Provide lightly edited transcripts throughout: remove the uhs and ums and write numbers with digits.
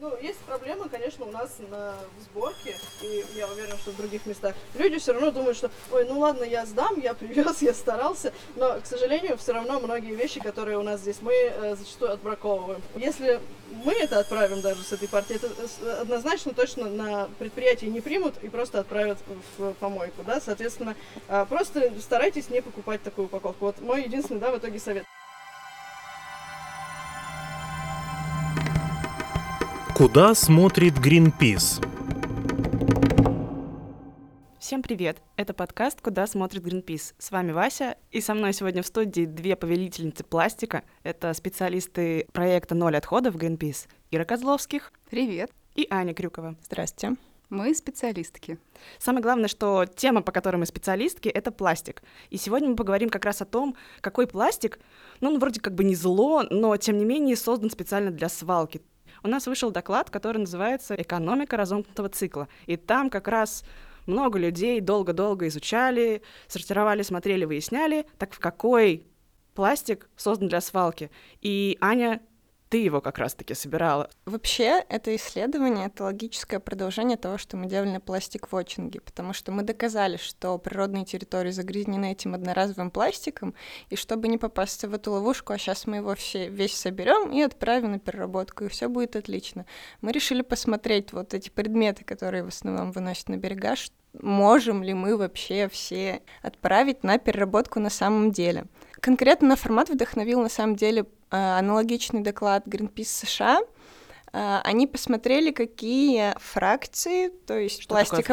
Есть проблемы, конечно, у нас на сборке, и я уверена, что в других местах. Люди все равно думают, что, ой, ну ладно, я сдам, я привез, я старался, но, к сожалению, все равно многие вещи, которые у нас здесь, мы зачастую отбраковываем. Если мы это отправим даже с этой партии, это однозначно точно на предприятии не примут и просто отправят в помойку, да, соответственно, просто старайтесь не покупать такую упаковку. Вот мой единственный, в итоге совет. Куда смотрит Greenpeace? Всем привет! Это подкаст «Куда смотрит Greenpeace». С вами Вася, и со мной сегодня в студии две повелительницы пластика. Это специалисты проекта «Ноль отходов» Greenpeace Ира Козловских. Привет. И Аня Крюкова. Здрасте. Мы специалистки. Самое главное, что тема, по которой мы специалистки, это пластик. И сегодня мы поговорим как раз о том, какой пластик, он вроде как бы не зло, но тем не менее создан специально для свалки. У нас вышел доклад, который называется «Экономика разомкнутого цикла». И там как раз много людей долго-долго изучали, сортировали, смотрели, выясняли, так какой пластик создан для свалки. И, Аня, ты его как раз-таки собирала. Вообще, это исследование — это логическое продолжение того, что мы делали на пластик-вотчинге, потому что мы доказали, что природные территории загрязнены этим одноразовым пластиком, и чтобы не попасться в эту ловушку, а сейчас мы его весь соберем и отправим на переработку, и все будет отлично. Мы решили посмотреть вот эти предметы, которые в основном выносят на берега, можем ли мы вообще все отправить на переработку на самом деле. Конкретно на формат вдохновил на самом деле аналогичный доклад Greenpeace США. Они посмотрели, какие фракции, то есть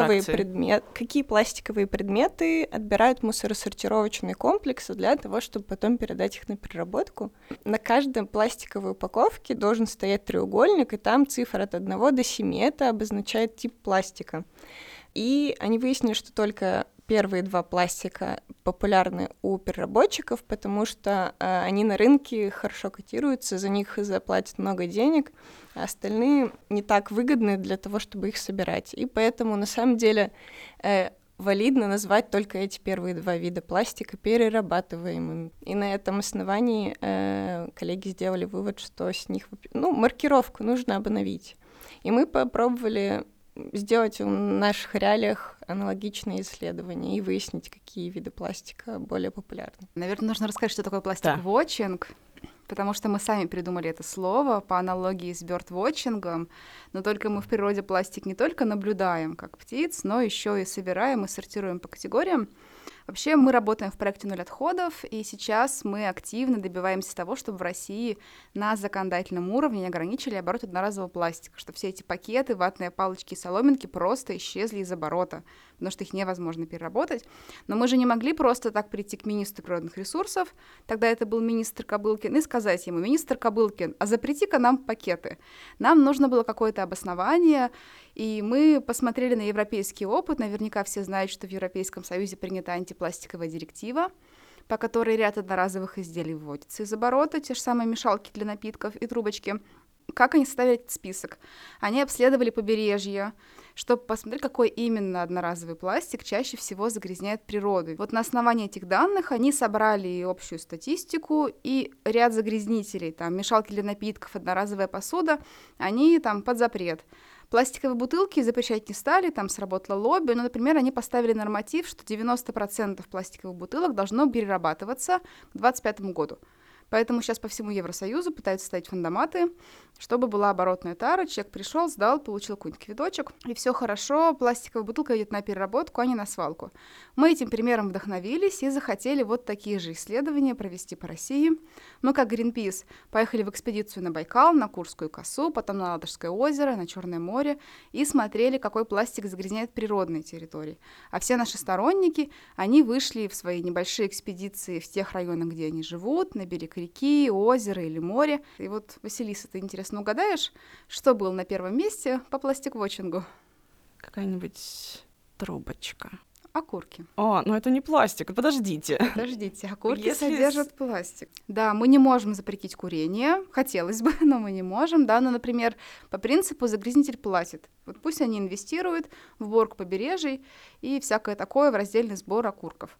какие пластиковые предметы отбирают мусоросортировочные комплексы для того, чтобы потом передать их на переработку. На каждой пластиковой упаковке должен стоять треугольник, и там цифра от 1 до 7. Это обозначает тип пластика. И они выяснили, что только первые 2 пластика популярны у переработчиков, потому что они на рынке хорошо котируются, за них заплатят много денег, а остальные не так выгодны для того, чтобы их собирать. И поэтому на самом деле валидно назвать только эти первые 2 вида пластика перерабатываемыми. И на этом основании коллеги сделали вывод, что с них маркировку нужно обновить. И мы попробовали сделать в наших реалиях аналогичные исследования и выяснить, какие виды пластика более популярны. Наверное, нужно рассказать, что такое пластик-вотчинг, потому что мы сами придумали это слово по аналогии с бёрд-вотчингом, но только мы в природе пластик не только наблюдаем, как птиц, но еще и собираем и сортируем по категориям. Вообще мы работаем в проекте «Ноль отходов», и сейчас мы активно добиваемся того, чтобы в России на законодательном уровне ограничили оборот одноразового пластика, чтобы все эти пакеты, ватные палочки и соломинки просто исчезли из оборота, потому что их невозможно переработать. Но мы же не могли просто так прийти к министру природных ресурсов, тогда это был министр Кобылкин, и сказать ему: министр Кобылкин, а запрети-ка нам пакеты. Нам нужно было какое-то обоснование, и мы посмотрели на европейский опыт. Наверняка все знают, что в Европейском Союзе принята антипластиковая директива, по которой ряд одноразовых изделий выводится из оборота, те же самые мешалки для напитков и трубочки. Как они составили этот список? Они обследовали побережье, чтобы посмотреть, какой именно одноразовый пластик чаще всего загрязняет природу. Вот на основании этих данных они собрали общую статистику, и ряд загрязнителей, там мешалки для напитков, одноразовая посуда, они там под запрет. Пластиковые бутылки запрещать не стали, там сработало лобби, но, например, они поставили норматив, что 90% пластиковых бутылок должно перерабатываться к 2025 году. Поэтому сейчас по всему Евросоюзу пытаются ставить фандоматы, чтобы была оборотная тара, человек пришел, сдал, получил какой-нибудь квиточек, и все хорошо, пластиковая бутылка идет на переработку, а не на свалку. Мы этим примером вдохновились и захотели вот такие же исследования провести по России. Мы, как Greenpeace, поехали в экспедицию на Байкал, на Курскую косу, потом на Ладожское озеро, на Черное море, и смотрели, какой пластик загрязняет природные территории. А все наши сторонники, они вышли в свои небольшие экспедиции в тех районах, где они живут, на берег реки, озера или море. И вот, Василиса, ты, интересно, угадаешь, что было на первом месте по пластик-вотчингу? Какая-нибудь трубочка. Окурки. Это не пластик, подождите. Окурки содержат пластик. Да, мы не можем запретить курение, хотелось бы, но мы не можем, да, но, например, по принципу загрязнитель платит. Вот пусть они инвестируют в уборку побережий и всякое такое в раздельный сбор окурков.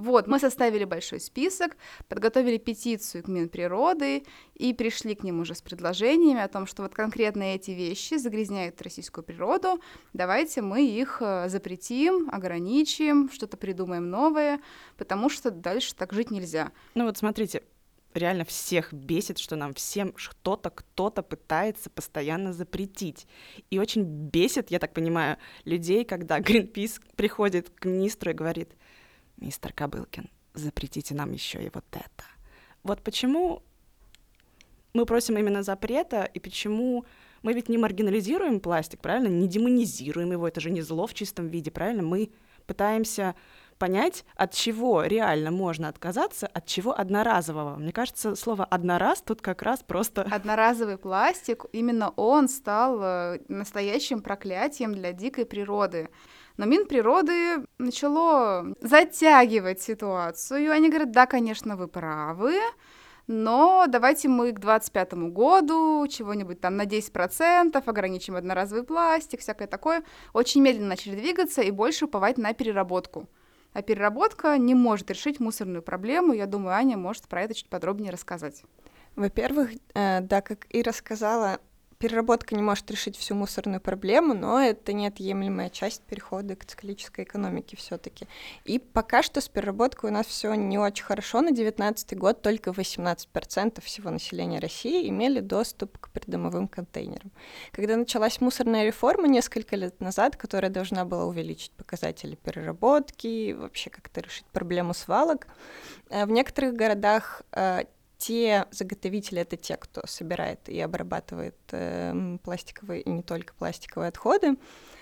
Вот, мы составили большой список, подготовили петицию к Минприроды и пришли к ним уже с предложениями о том, что вот конкретно эти вещи загрязняют российскую природу, давайте мы их запретим, ограничим, что-то придумаем новое, потому что дальше так жить нельзя. Ну вот смотрите, реально всех бесит, что нам всем что-то кто-то пытается постоянно запретить. И очень бесит, я так понимаю, людей, когда Greenpeace приходит к министру и говорит: «Мистер Кобылкин, запретите нам еще и вот это». Вот почему мы просим именно запрета, и почему мы ведь не маргинализируем пластик, правильно? Не демонизируем его, это же не зло в чистом виде, правильно? Мы пытаемся понять, от чего реально можно отказаться, от чего одноразового. Мне кажется, слово «однораз» тут как раз просто... Одноразовый пластик, именно он стал настоящим проклятием для дикой природы. Но Минприроды начало затягивать ситуацию, и они говорят: да, конечно, вы правы, но давайте мы к 2025 году чего-нибудь там на 10% ограничим одноразовый пластик, всякое такое. Очень медленно начали двигаться и больше уповать на переработку. А переработка не может решить мусорную проблему. Я думаю, Аня может про это чуть подробнее рассказать. Во-первых, да, как Ира сказала, переработка не может решить всю мусорную проблему, но это неотъемлемая часть перехода к циклической экономике все-таки. И пока что с переработкой у нас все не очень хорошо. На 2019 год только 18% всего населения России имели доступ к придомовым контейнерам. Когда началась мусорная реформа несколько лет назад, которая должна была увеличить показатели переработки, вообще как-то решить проблему свалок, в некоторых городах те заготовители — это те, кто собирает и обрабатывает пластиковые и не только пластиковые отходы,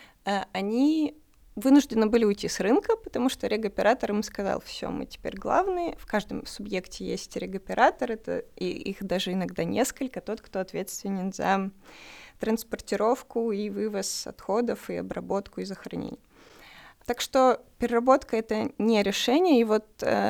они вынуждены были уйти с рынка, потому что регоператор им сказал: все, мы теперь главные, в каждом субъекте есть регоператор, и их даже иногда несколько, тот, кто ответственен за транспортировку и вывоз отходов, и обработку, и захоронение. Так что переработка — это не решение, и вот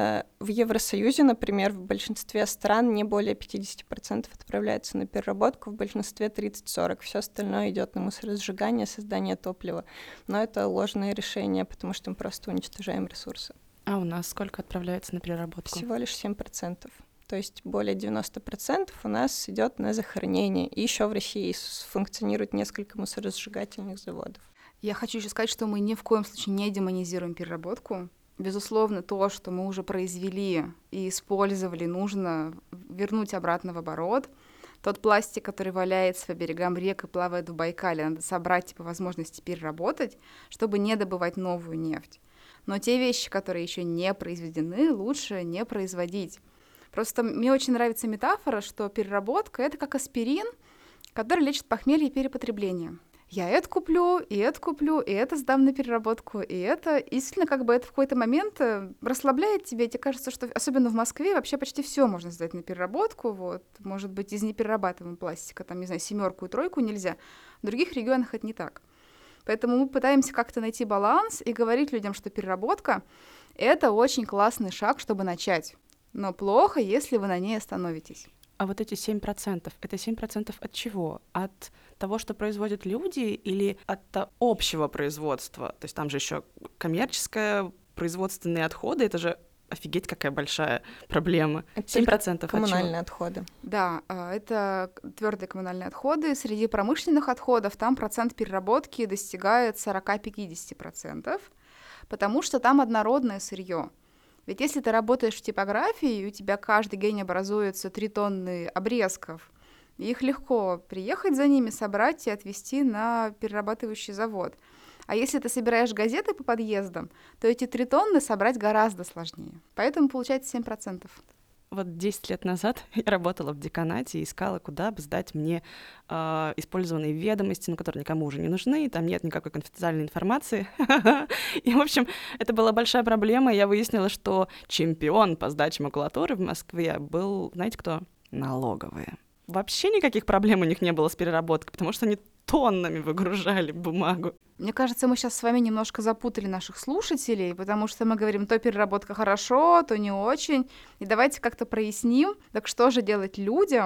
в Евросоюзе, например, в большинстве стран не более 50% отправляется на переработку, в большинстве 30-40%, все остальное идет на мусоросжигание, создание топлива. Но это ложное решение, потому что мы просто уничтожаем ресурсы. А у нас сколько отправляется на переработку? Всего лишь 7%. То есть более 90% у нас идет на захоронение. И еще в России функционирует несколько мусоросжигательных заводов. Я хочу еще сказать, что мы ни в коем случае не демонизируем переработку. Безусловно, то, что мы уже произвели и использовали, нужно вернуть обратно в оборот. Тот пластик, который валяется по берегам рек и плавает в Байкале, надо собрать по возможности переработать, чтобы не добывать новую нефть. Но те вещи, которые еще не произведены, лучше не производить. Просто мне очень нравится метафора, что переработка — это как аспирин, который лечит похмелье и перепотребление. Я это куплю, и это сдам на переработку, и это. И действительно, как бы это в какой-то момент расслабляет тебя, и тебе кажется, что особенно в Москве вообще почти все можно сдать на переработку, вот, может быть, из неперерабатываемого пластика, там, не знаю, 7 и 3 нельзя. В других регионах это не так. Поэтому мы пытаемся как-то найти баланс и говорить людям, что переработка — это очень классный шаг, чтобы начать. Но плохо, если вы на ней остановитесь. А вот эти 7%, это 7% от чего? От того, что производят люди, или от общего производства? То есть там же еще коммерческое, производственные отходы, это же офигеть какая большая проблема. 7% от коммунальные отходы. Да, это твердые коммунальные отходы. Среди промышленных отходов там процент переработки достигает 40-50%, потому что там однородное сырье. Ведь если ты работаешь в типографии, и у тебя каждый день образуется 3 тонны обрезков, их легко приехать за ними, собрать и отвезти на перерабатывающий завод. А если ты собираешь газеты по подъездам, то эти 3 тонны собрать гораздо сложнее. Поэтому получается 7%. Вот 10 лет назад я работала в деканате и искала, куда бы сдать мне использованные ведомости, которые никому уже не нужны, там нет никакой конфиденциальной информации. И, в общем, это была большая проблема. Я выяснила, что чемпион по сдаче макулатуры в Москве был, знаете кто? Налоговые. Вообще никаких проблем у них не было с переработкой, потому что они тоннами выгружали бумагу. Мне кажется, мы сейчас с вами немножко запутали наших слушателей, потому что мы говорим, то переработка хорошо, то не очень. И давайте как-то проясним, так что же делать людям,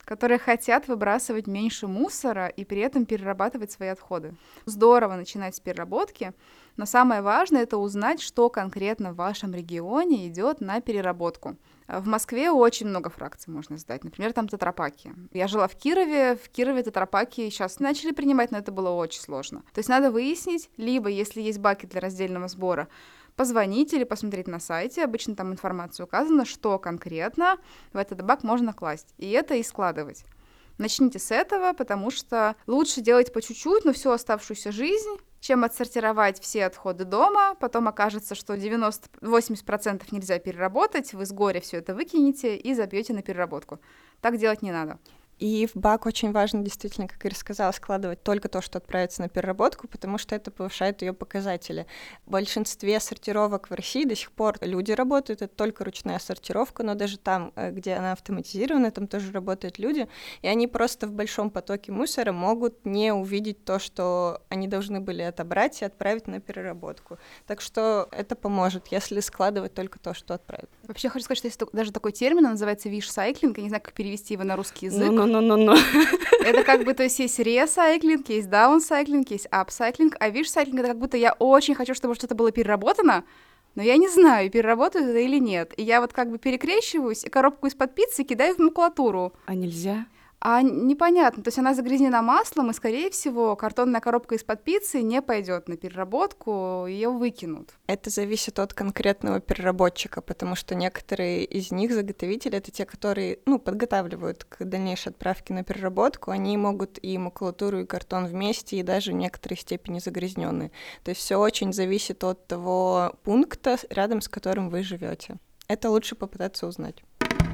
которые хотят выбрасывать меньше мусора и при этом перерабатывать свои отходы. Здорово начинать с переработки, но самое важное — это узнать, что конкретно в вашем регионе идет на переработку. В Москве очень много фракций можно сдать. Например, там тетрапаки. Я жила в Кирове тетрапаки сейчас начали принимать, но это было очень сложно. То есть надо выяснить, либо, если есть баки для раздельного сбора, позвонить или посмотреть на сайте, обычно там информация указана, что конкретно в этот бак можно класть, и это и складывать. Начните с этого, потому что лучше делать по чуть-чуть, но всю оставшуюся жизнь, чем отсортировать все отходы дома, потом окажется, что 80% нельзя переработать, вы с горя все это выкинете и забьете на переработку. Так делать не надо. И в бак очень важно, действительно, как Ира сказала, складывать только то, что отправится на переработку, потому что это повышает ее показатели. В большинстве сортировок в России до сих пор люди работают, это только ручная сортировка, но даже там, где она автоматизирована, там тоже работают люди, и они просто в большом потоке мусора могут не увидеть то, что они должны были отобрать и отправить на переработку. Так что это поможет, если складывать только то, что отправят. Вообще хочу сказать, что есть даже такой термин, он называется виш-сайклинг, я не знаю, как перевести его на русский язык. Это как бы, то есть ресайклинг, есть даунсайклинг, есть апсайклинг, а виш-сайклинг — это как будто я очень хочу, чтобы что-то было переработано, но я не знаю, переработают это или нет. И я вот как бы перекрещиваюсь, и коробку из-под пиццы кидаю в макулатуру. А нельзя? А непонятно, то есть она загрязнена маслом, и, скорее всего, картонная коробка из-под пиццы не пойдет на переработку, ее выкинут. Это зависит от конкретного переработчика, потому что некоторые из них, заготовители, это те, которые, подготавливают к дальнейшей отправке на переработку, они могут и макулатуру, и картон вместе, и даже в некоторой степени загрязненные. То есть все очень зависит от того пункта, рядом с которым вы живете. Это лучше попытаться узнать.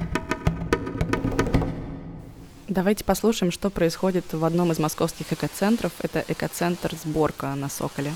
Давайте послушаем, что происходит в одном из московских экоцентров. Это экоцентр «Сборка» на Соколе.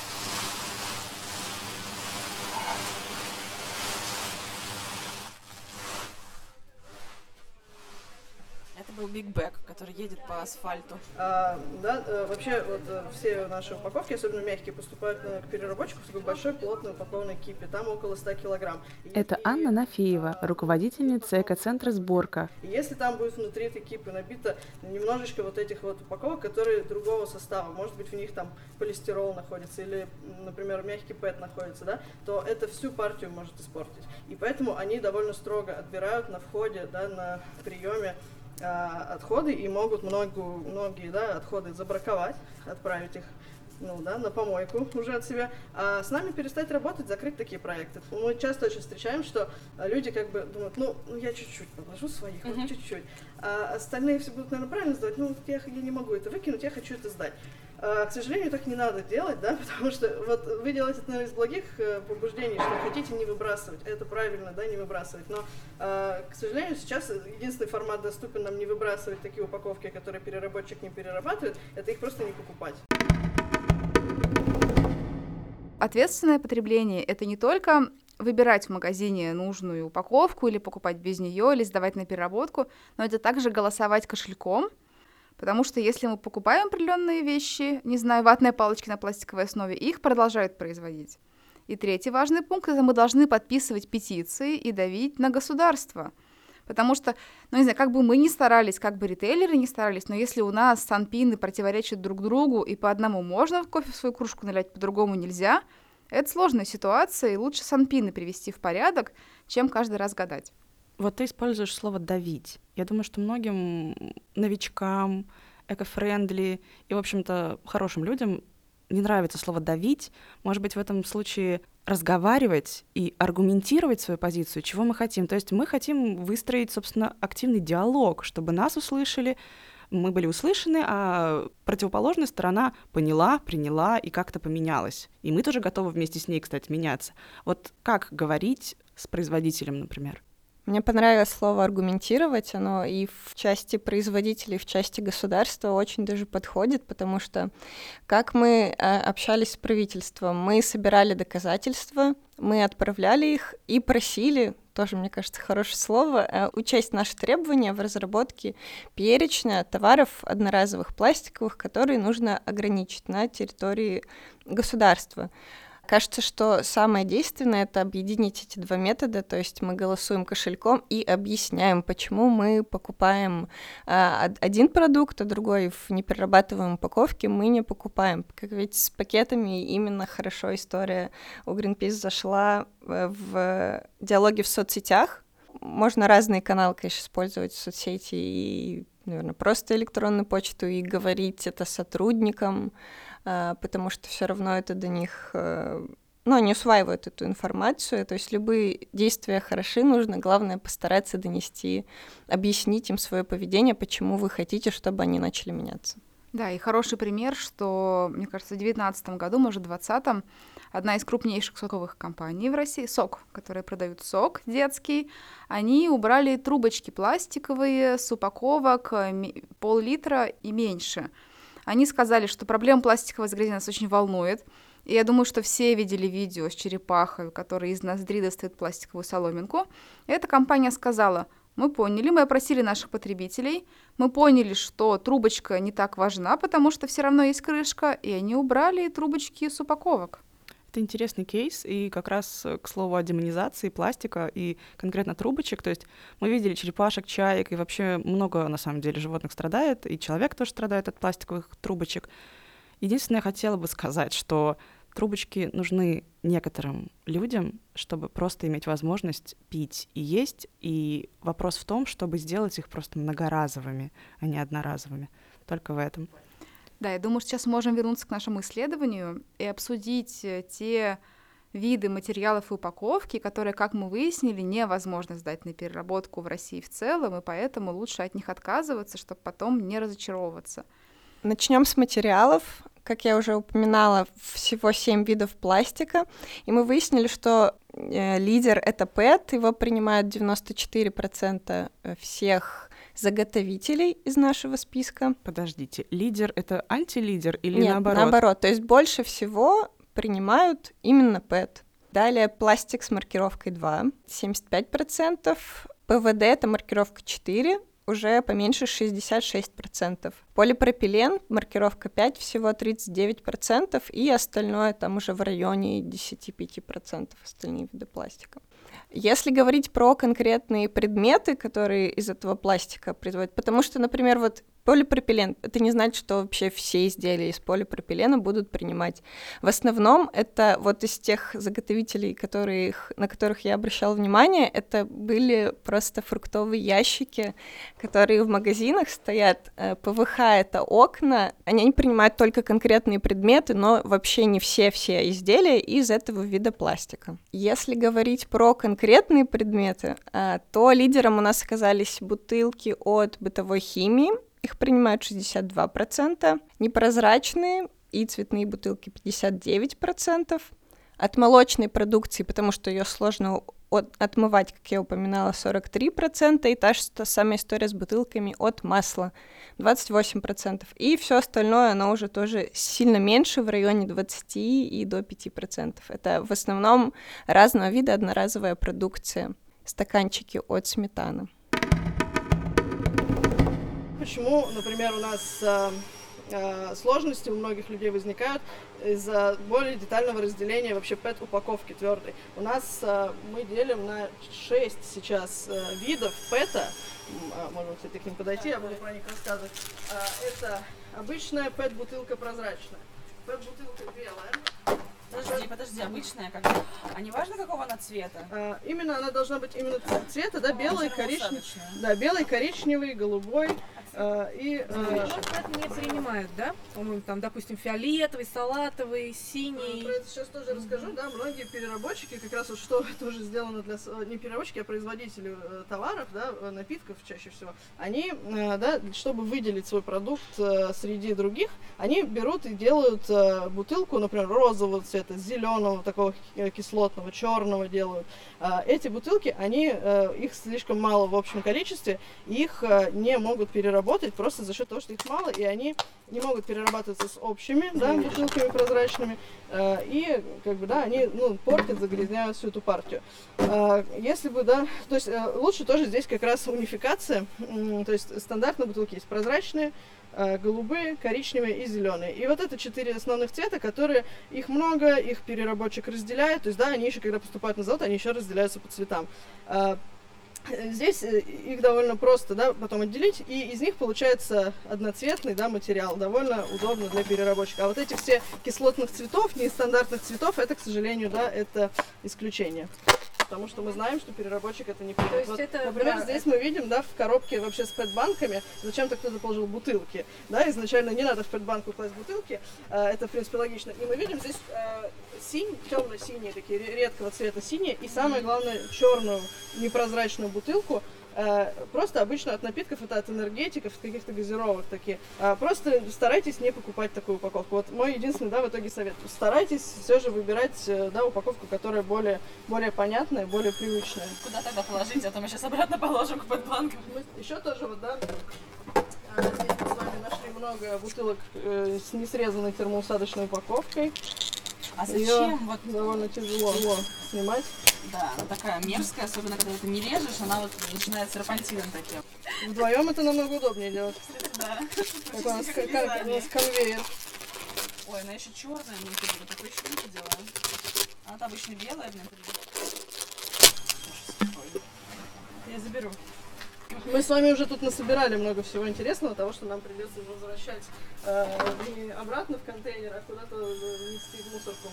Это был Биг Бэг, который едет по асфальту. Вообще все наши упаковки, особенно мягкие, поступают к переработчику в такой большой плотной упакованной кипе. Там около 100 килограмм. Это Анна Нафеева, руководительница экоцентра «Сборка». И если там будет внутри этой кипы набито немножечко вот этих вот упаковок, которые другого состава, может быть, в них там полистирол находится или, например, мягкий ПЭТ находится, да, то это всю партию может испортить. И поэтому они довольно строго отбирают на входе, да, на приеме отходы и могут многие отходы забраковать, отправить их на помойку уже от себя, а с нами перестать работать, закрыть такие проекты. Мы часто очень встречаем, что люди как бы думают, я чуть-чуть положу своих, вот чуть-чуть, а остальные все будут, наверное, правильно сдавать, я не могу это выкинуть, я хочу это сдать. К сожалению, так не надо делать, да, потому что вот вы делаете это, наверное, из благих побуждений, что хотите не выбрасывать, это правильно, да, не выбрасывать, но, к сожалению, сейчас единственный формат доступен нам не выбрасывать такие упаковки, которые переработчик не перерабатывает, это их просто не покупать. Ответственное потребление — это не только выбирать в магазине нужную упаковку или покупать без нее, или сдавать на переработку, но это также голосовать кошельком, потому что если мы покупаем определенные вещи, не знаю, ватные палочки на пластиковой основе, их продолжают производить. И третий важный пункт — это мы должны подписывать петиции и давить на государство. Потому что, как бы мы ни старались, как бы ритейлеры ни старались, но если у нас санпины противоречат друг другу, и по одному можно кофе в свою кружку налить, по-другому нельзя, это сложная ситуация, и лучше санпины привести в порядок, чем каждый раз гадать. Вот ты используешь слово «давить». Я думаю, что многим новичкам, эко-френдли и, в общем-то, хорошим людям не нравится слово «давить». Может быть, в этом случае разговаривать и аргументировать свою позицию, чего мы хотим. То есть мы хотим выстроить, собственно, активный диалог, чтобы нас услышали, мы были услышаны, а противоположная сторона поняла, приняла и как-то поменялась. И мы тоже готовы вместе с ней, кстати, меняться. Вот как говорить с производителем, например? Мне понравилось слово «аргументировать», оно и в части производителей, и в части государства очень даже подходит, потому что как мы общались с правительством, мы собирали доказательства, мы отправляли их и просили, тоже, мне кажется, хорошее слово, учесть наши требования в разработке перечня товаров одноразовых пластиковых, которые нужно ограничить на территории государства. кажется, что самое действенное — это объединить эти два метода, то есть мы голосуем кошельком и объясняем, почему мы покупаем один продукт, а другой в неперерабатываемой упаковке мы не покупаем. Как ведь с пакетами именно хорошо история у Greenpeace зашла в диалоги в соцсетях. Можно разные каналы, конечно, использовать в соцсети и, наверное, просто электронную почту и говорить это сотрудникам, потому что все равно это до них, они усваивают эту информацию, то есть любые действия хороши, нужно, главное, постараться донести, объяснить им свое поведение, почему вы хотите, чтобы они начали меняться. Да, и хороший пример, что, мне кажется, в 2019 году, может, в 2020, одна из крупнейших соковых компаний в России, СОК, которые продают сок детский, они убрали трубочки пластиковые с упаковок пол-литра и меньше. Они сказали, что проблема пластикового загрязнения нас очень волнует. И я думаю, что все видели видео с черепахой, которая из ноздри достает пластиковую соломинку. И эта компания сказала: мы поняли, мы опросили наших потребителей, мы поняли, что трубочка не так важна, потому что все равно есть крышка, и они убрали трубочки с упаковок. Это интересный кейс, и как раз, к слову, о демонизации пластика и конкретно трубочек. То есть мы видели черепашек, чаек, и вообще много, на самом деле, животных страдает, и человек тоже страдает от пластиковых трубочек. Единственное, я хотела бы сказать, что трубочки нужны некоторым людям, чтобы просто иметь возможность пить и есть, и вопрос в том, чтобы сделать их просто многоразовыми, а не одноразовыми. Только в этом. Да, я думаю, что сейчас можем вернуться к нашему исследованию и обсудить те виды материалов и упаковки, которые, как мы выяснили, невозможно сдать на переработку в России в целом, и поэтому лучше от них отказываться, чтобы потом не разочаровываться. Начнем с материалов. Как я уже упоминала, всего 7 видов пластика, и мы выяснили, что лидер — это ПЭТ, его принимают 94% всех заготовителей из нашего списка. Подождите, лидер — это антилидер или Нет, наоборот? наоборот, то есть больше всего принимают именно ПЭТ. Далее пластик с маркировкой 2, 75%, ПВД — это маркировка 4, уже поменьше 66%. Полипропилен, маркировка 5, всего 39%, и остальное там уже в районе 10-5% остальные виды пластика. Если говорить про конкретные предметы, которые из этого пластика производят, потому что, например, вот полипропилен, это не значит, что вообще все изделия из полипропилена будут принимать. В основном это вот из тех заготовителей, на которых я обращала внимание, это были просто фруктовые ящики, которые в магазинах стоят. ПВХ — это окна, они принимают только конкретные предметы, но вообще не все изделия из этого вида пластика. Если говорить про конкретные предметы, то лидером у нас оказались бутылки от бытовой химии, их принимают 62%, непрозрачные и цветные бутылки 59%, от молочной продукции, потому что ее сложно отмывать, как я упоминала, 43%, и та же самая история с бутылками от масла 28%. И все остальное, оно уже тоже сильно меньше, в районе 20 и до 5%. Это в основном разного вида одноразовая продукция, стаканчики от сметаны. Почему, например, у нас сложности у многих людей возникают из-за более детального разделения вообще ПЭТ-упаковки твердой. У нас мы делим на 6 сейчас видов ПЭТа. Можно, кстати, к ним подойти, я буду про них рассказывать. Это обычная ПЭТ-бутылка прозрачная. ПЭТ-бутылка белая. Подожди, обычная как? А не важно, какого она цвета? Именно она должна быть именно цвета, да, белый, коричневый. Да, белый, коричневый, голубой. И не принимают, да? По-моему, там, допустим, фиолетовый, салатовый, синий. Про это сейчас тоже расскажу, да, многие переработчики, как раз вот что тоже сделано для, не переработчики, а производители товаров, да, напитков чаще всего, они, да, чтобы выделить свой продукт среди других, они берут и делают бутылку, например, розового цвета, зеленого, такого кислотного, черного делают. Эти бутылки, они, их слишком мало в общем количестве, их не могут переработать работать просто за счет того, что их мало, и они не могут перерабатываться с общими, да, бутылками прозрачными, и как бы, да, они, ну, портят, загрязняют всю эту партию. Если бы, да, то есть лучше тоже здесь как раз унификация, то есть стандартные бутылки есть прозрачные, голубые, коричневые и зеленые. И вот это 4 основных цвета, которые, их много, их переработчик разделяет, то есть, да, они еще, когда поступают на завод, они еще разделяются по цветам. Здесь их довольно просто, да, потом отделить, и из них получается одноцветный, да, материал, довольно удобно для переработчика. А вот этих все кислотных цветов, нестандартных цветов, это, к сожалению, да, это исключение. Потому что мы знаем, что переработчик это не примет. Вот, это, например, да, здесь мы видим, да, в коробке вообще с пэт-банками, зачем-то кто-то положил бутылки, да, изначально не надо в пэт-банку класть бутылки, это, в принципе, логично. И мы видим здесь темно-синие, такие редкого цвета синие, и самое главное, черную непрозрачную бутылку, просто обычно от напитков, это от энергетиков, каких-то газировок такие. Просто старайтесь не покупать такую упаковку. Вот мой единственный, да, в итоге совет. Старайтесь все же выбирать, да, упаковку, которая более понятная, более привычная. Куда тогда положить? А то мы сейчас обратно положим к подбланкам. Еще тоже вот, да, здесь мы с вами нашли много бутылок с несрезанной термоусадочной упаковкой. А зачем? Её вот довольно тяжело снимать. Да, она такая мерзкая, особенно когда ты не режешь, она вот начинает серпантином таким. Вдвоем это намного удобнее делать. Да. Как у нас конвейер. Ой, она еще черная, мне кажется, такой штуки дела. Она-то обычно белая, блин. Я заберу. Мы с вами уже тут насобирали много всего интересного, того, что нам придется возвращать не обратно в контейнер, а куда-то нести в мусорку.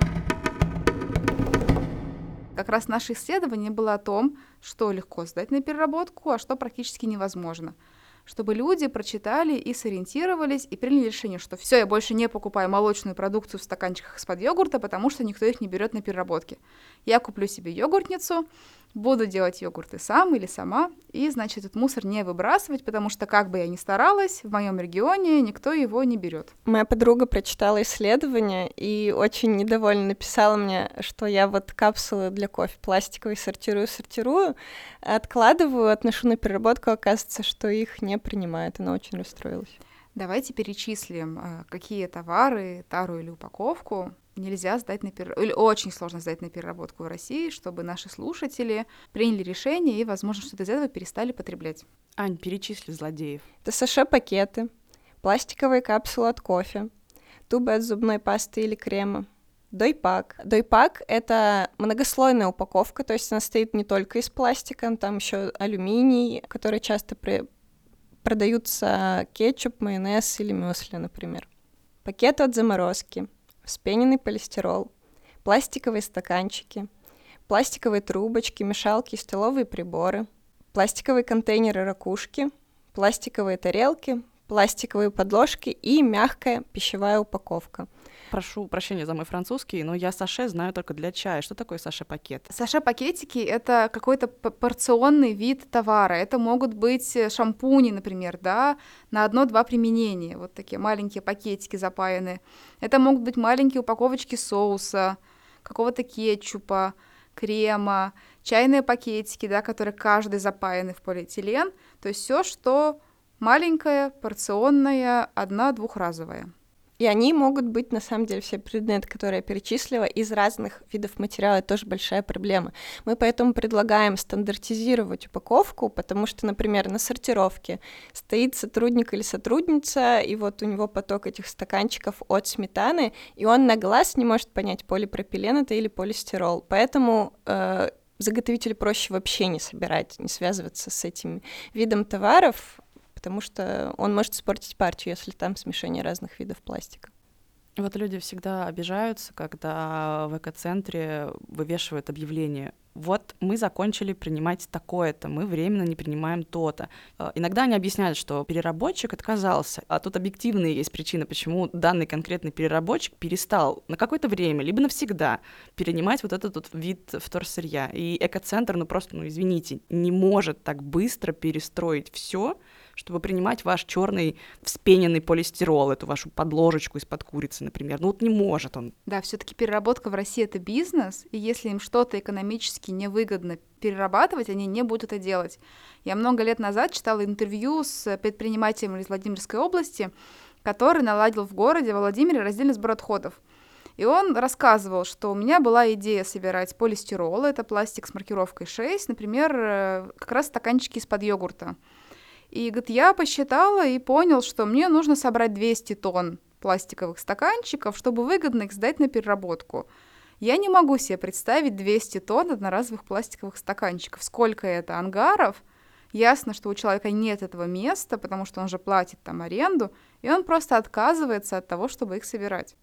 Как раз наше исследование было о том, что легко сдать на переработку, а что практически невозможно. Чтобы люди прочитали и сориентировались, и приняли решение, что все, я больше не покупаю молочную продукцию в стаканчиках из-под йогурта, потому что никто их не берет на переработке. Я куплю себе йогуртницу, буду делать йогурты сам или сама, и, значит, этот мусор не выбрасывать, потому что, как бы я ни старалась, в моем регионе никто его не берет. Моя подруга прочитала исследование и очень недовольно написала мне, что я вот капсулы для кофе пластиковые сортирую, откладываю, отношу на переработку, оказывается, что их не принимают. Она очень расстроилась. Давайте перечислим, какие товары, тару или упаковку нельзя сдать на переработку, или очень сложно сдать на переработку в России, чтобы наши слушатели приняли решение и, возможно, что-то из этого перестали потреблять. Ань, перечисли злодеев. Это саше-пакеты, пластиковые капсулы от кофе, тубы от зубной пасты или крема, дойпак. Дойпак — это многослойная упаковка, то есть она состоит не только из пластика, там еще алюминий, который часто продаются кетчуп, майонез или мюсли, например. Пакеты от заморозки, вспененный полистирол, пластиковые стаканчики, пластиковые трубочки, мешалки и столовые приборы, пластиковые контейнеры-ракушки, пластиковые тарелки, пластиковые подложки и мягкая пищевая упаковка. Прошу прощения за мой французский, но я саше знаю только для чая. Что такое саше-пакет? Саше-пакетики — это какой-то порционный вид товара. Это могут быть шампуни, например, да, на 1-2 применения. Вот такие маленькие пакетики запаянные. Это могут быть маленькие упаковочки соуса, какого-то кетчупа, крема, чайные пакетики, да, которые каждый запаяны в полиэтилен. То есть все, что маленькое, порционное, 1-2-разовое. И они могут быть, на самом деле, все предметы, которые я перечислила, из разных видов материала. Это тоже большая проблема. Мы поэтому предлагаем стандартизировать упаковку, потому что, например, на сортировке стоит сотрудник или сотрудница, и вот у него поток этих стаканчиков от сметаны, и он на глаз не может понять, полипропилен это или полистирол. Поэтому заготовителю проще вообще не собирать, не связываться с этим видом товаров, потому что он может испортить партию, если там смешение разных видов пластика. Вот люди всегда обижаются, когда в экоцентре вывешивают объявление: вот мы закончили принимать такое-то, мы временно не принимаем то-то. Иногда они объясняют, что переработчик отказался, а тут объективные есть причины, почему данный конкретный переработчик перестал на какое-то время, либо навсегда перенимать вот этот вот вид вторсырья. И экоцентр, просто, извините, не может так быстро перестроить все, чтобы принимать ваш черный вспененный полистирол, эту вашу подложечку из-под курицы, например. Ну вот не может он. Да, все-таки переработка в России это бизнес, и если им что-то экономически невыгодно перерабатывать, они не будут это делать. Я много лет назад читала интервью с предпринимателем из Владимирской области, который наладил в городе Владимире раздельный сбор отходов. И он рассказывал, что у меня была идея собирать полистирол, это пластик с маркировкой 6, например, как раз стаканчики из-под йогурта. И, говорит, я посчитала и понял, что мне нужно собрать 200 тонн пластиковых стаканчиков, чтобы выгодно их сдать на переработку. Я не могу себе представить 200 тонн одноразовых пластиковых стаканчиков. Сколько это ангаров? Ясно, что у человека нет этого места, потому что он же платит там аренду, и он просто отказывается от того, чтобы их собирать.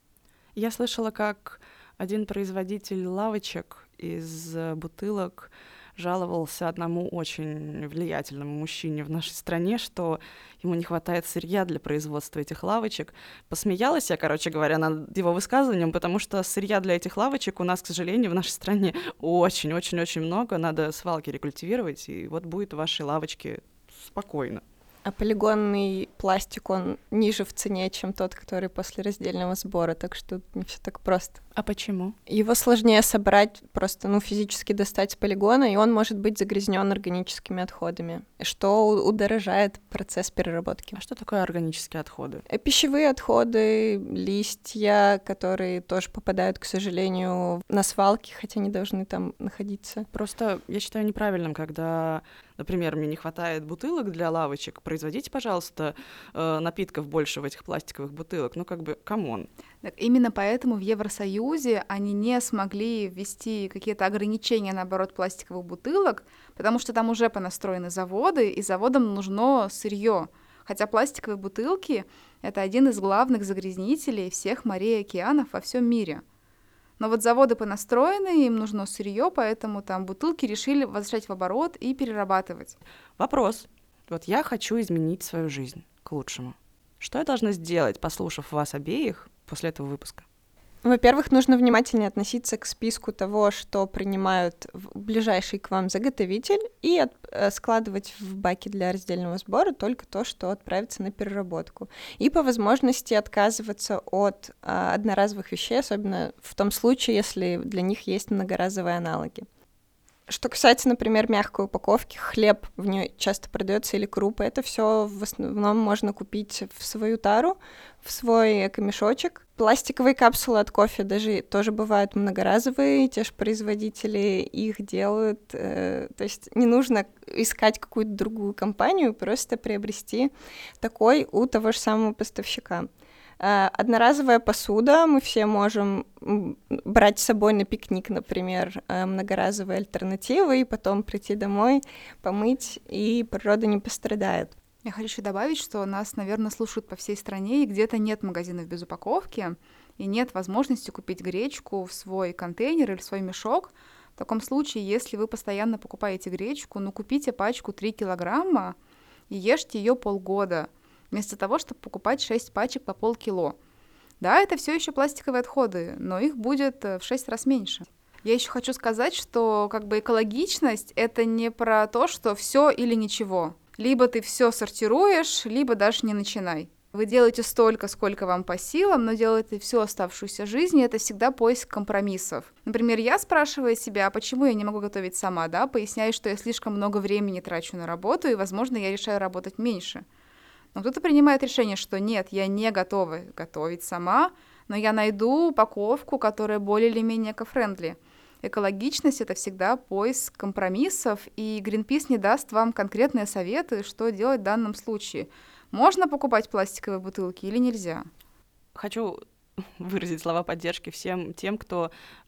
Я слышала, как один производитель лавочек из бутылок жаловался одному очень влиятельному мужчине в нашей стране, что ему не хватает сырья для производства этих лавочек. Посмеялась я, короче говоря, над его высказыванием, потому что сырья для этих лавочек у нас, к сожалению, в нашей стране очень-очень-очень много. Надо свалки рекультивировать, и вот будет в вашей лавочке спокойно. А полигонный пластик, он ниже в цене, чем тот, который после раздельного сбора, так что не все так просто. А почему? Его сложнее собрать, просто физически достать с полигона, и он может быть загрязнен органическими отходами, что удорожает процесс переработки. А что такое органические отходы? Пищевые отходы, листья, которые тоже попадают, к сожалению, на свалки, хотя не должны там находиться. Просто я считаю неправильным, когда, например, мне не хватает бутылок для лавочек, производите, пожалуйста, напитков больше в этих пластиковых бутылок. Ну, как бы, камон. Так, именно поэтому в Евросоюзе они не смогли ввести какие-то ограничения на оборот пластиковых бутылок, потому что там уже понастроены заводы, и заводам нужно сырье. Хотя пластиковые бутылки — это один из главных загрязнителей всех морей и океанов во всем мире. Но вот заводы понастроены, им нужно сырье, поэтому там бутылки решили возвращать в оборот и перерабатывать. Вопрос. Вот я хочу изменить свою жизнь к лучшему. Что я должна сделать, послушав вас обеих после этого выпуска? Во-первых, нужно внимательнее относиться к списку того, что принимают ближайший к вам заготовитель, и складывать в баки для раздельного сбора только то, что отправится на переработку. И по возможности отказываться от одноразовых вещей, особенно в том случае, если для них есть многоразовые аналоги. Что касается, например, мягкой упаковки, хлеб в ней часто продается или крупы, это все в основном можно купить в свою тару, в свой эко-мешочек. Пластиковые капсулы от кофе даже тоже бывают многоразовые, те же производители их делают. То есть не нужно искать какую-то другую компанию, просто приобрести такой у того же самого поставщика. Одноразовая посуда, мы все можем брать с собой на пикник, например, многоразовые альтернативы, и потом прийти домой, помыть, и природа не пострадает. Я хочу еще добавить, что нас, наверное, слушают по всей стране, и где-то нет магазинов без упаковки, и нет возможности купить гречку в свой контейнер или в свой мешок. В таком случае, если вы постоянно покупаете гречку, купите пачку 3 килограмма и ешьте ее полгода, вместо того, чтобы покупать 6 пачек по полкило. Да, это все еще пластиковые отходы, но их будет в 6 раз меньше. Я еще хочу сказать, что экологичность — это не про то, что все или ничего. Либо ты все сортируешь, либо даже не начинай. Вы делаете столько, сколько вам по силам, но делаете всю оставшуюся жизнь, и это всегда поиск компромиссов. Например, я спрашиваю себя, почему я не могу готовить сама, поясняю, что я слишком много времени трачу на работу, и, возможно, я решаю работать меньше. Но кто-то принимает решение, что нет, я не готова готовить сама, но я найду упаковку, которая более или менее эко-френдли. Экологичность — это всегда поиск компромиссов, и Greenpeace не даст вам конкретные советы, что делать в данном случае. Можно покупать пластиковые бутылки или нельзя? Хочу выразить слова поддержки всем тем, кто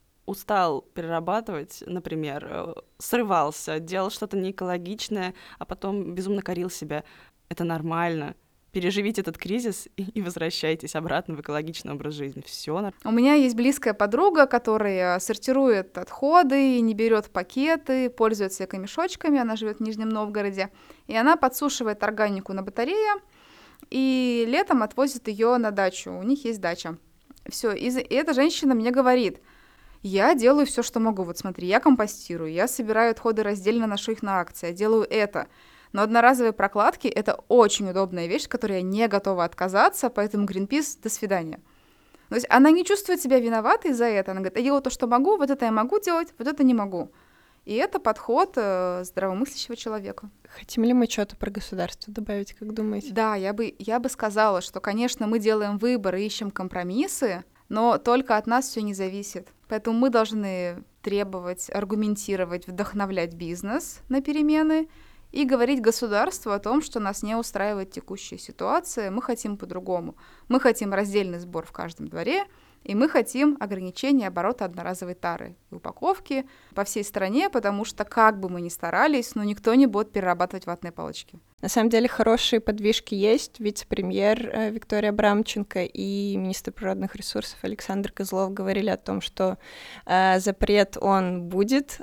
устал перерабатывать, например, срывался, делал что-то неэкологичное, а потом безумно корил себя. Это нормально. Переживите этот кризис и возвращайтесь обратно в экологичный образ жизни. Все нормально. У меня есть близкая подруга, которая сортирует отходы, не берет пакеты, пользуется эко-мешочками. Она живет в Нижнем Новгороде. И она подсушивает органику на батарее и летом отвозит ее на дачу. У них есть дача. Все. И эта женщина мне говорит: я делаю все, что могу. Вот смотри, я компостирую, я собираю отходы раздельно, ношу их на акции, я делаю это. Но одноразовые прокладки — это очень удобная вещь, от которой я не готова отказаться, поэтому Greenpeace, до свидания. То есть она не чувствует себя виноватой за это. Она говорит, я делаю то, что могу, вот это я могу делать, вот это не могу. И это подход здравомыслящего человека. Хотим ли мы что-то про государство добавить, как думаете? Да, я бы сказала, что, конечно, мы делаем выбор и ищем компромиссы, но только от нас все не зависит. Поэтому мы должны требовать, аргументировать, вдохновлять бизнес на перемены и говорить государству о том, что нас не устраивает текущая ситуация, мы хотим по-другому. Мы хотим раздельный сбор в каждом дворе, и мы хотим ограничения оборота одноразовой тары и упаковки по всей стране, потому что как бы мы ни старались, но никто не будет перерабатывать ватные палочки. На самом деле хорошие подвижки есть. Вице-премьер Виктория Абрамченко и министр природных ресурсов Александр Козлов говорили о том, что запрет он будет,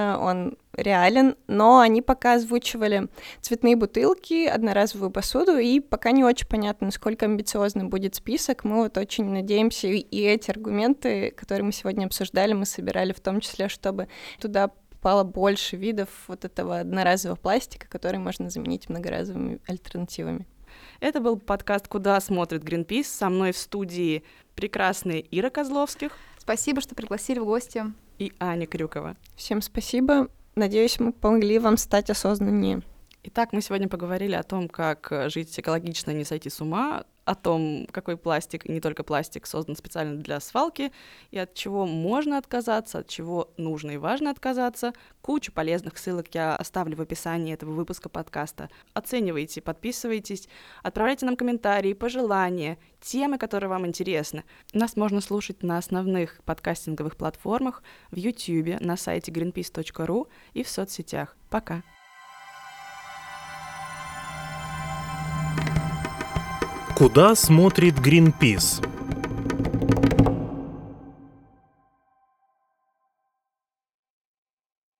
он реален, но они пока озвучивали цветные бутылки, одноразовую посуду, и пока не очень понятно, насколько амбициозным будет список. Мы вот очень надеемся, и эти аргументы, которые мы сегодня обсуждали, мы собирали в том числе, чтобы туда попало больше видов вот этого одноразового пластика, который можно заменить многоразовыми альтернативами. Это был подкаст «Куда смотрит Greenpeace». Со мной в студии прекрасные Ира Козловских. Спасибо, что пригласили в гости. И Аня Крюкова. Всем спасибо. Надеюсь, мы помогли вам стать осознаннее. Итак, мы сегодня поговорили о том, как жить экологично и не сойти с ума, о том, какой пластик, и не только пластик, создан специально для свалки, и от чего можно отказаться, от чего нужно и важно отказаться. Кучу полезных ссылок я оставлю в описании этого выпуска подкаста. Оценивайте, подписывайтесь, отправляйте нам комментарии, пожелания, темы, которые вам интересны. Нас можно слушать на основных подкастинговых платформах, в YouTube, на сайте greenpeace.ru и в соцсетях. Пока! Куда смотрит Greenpeace?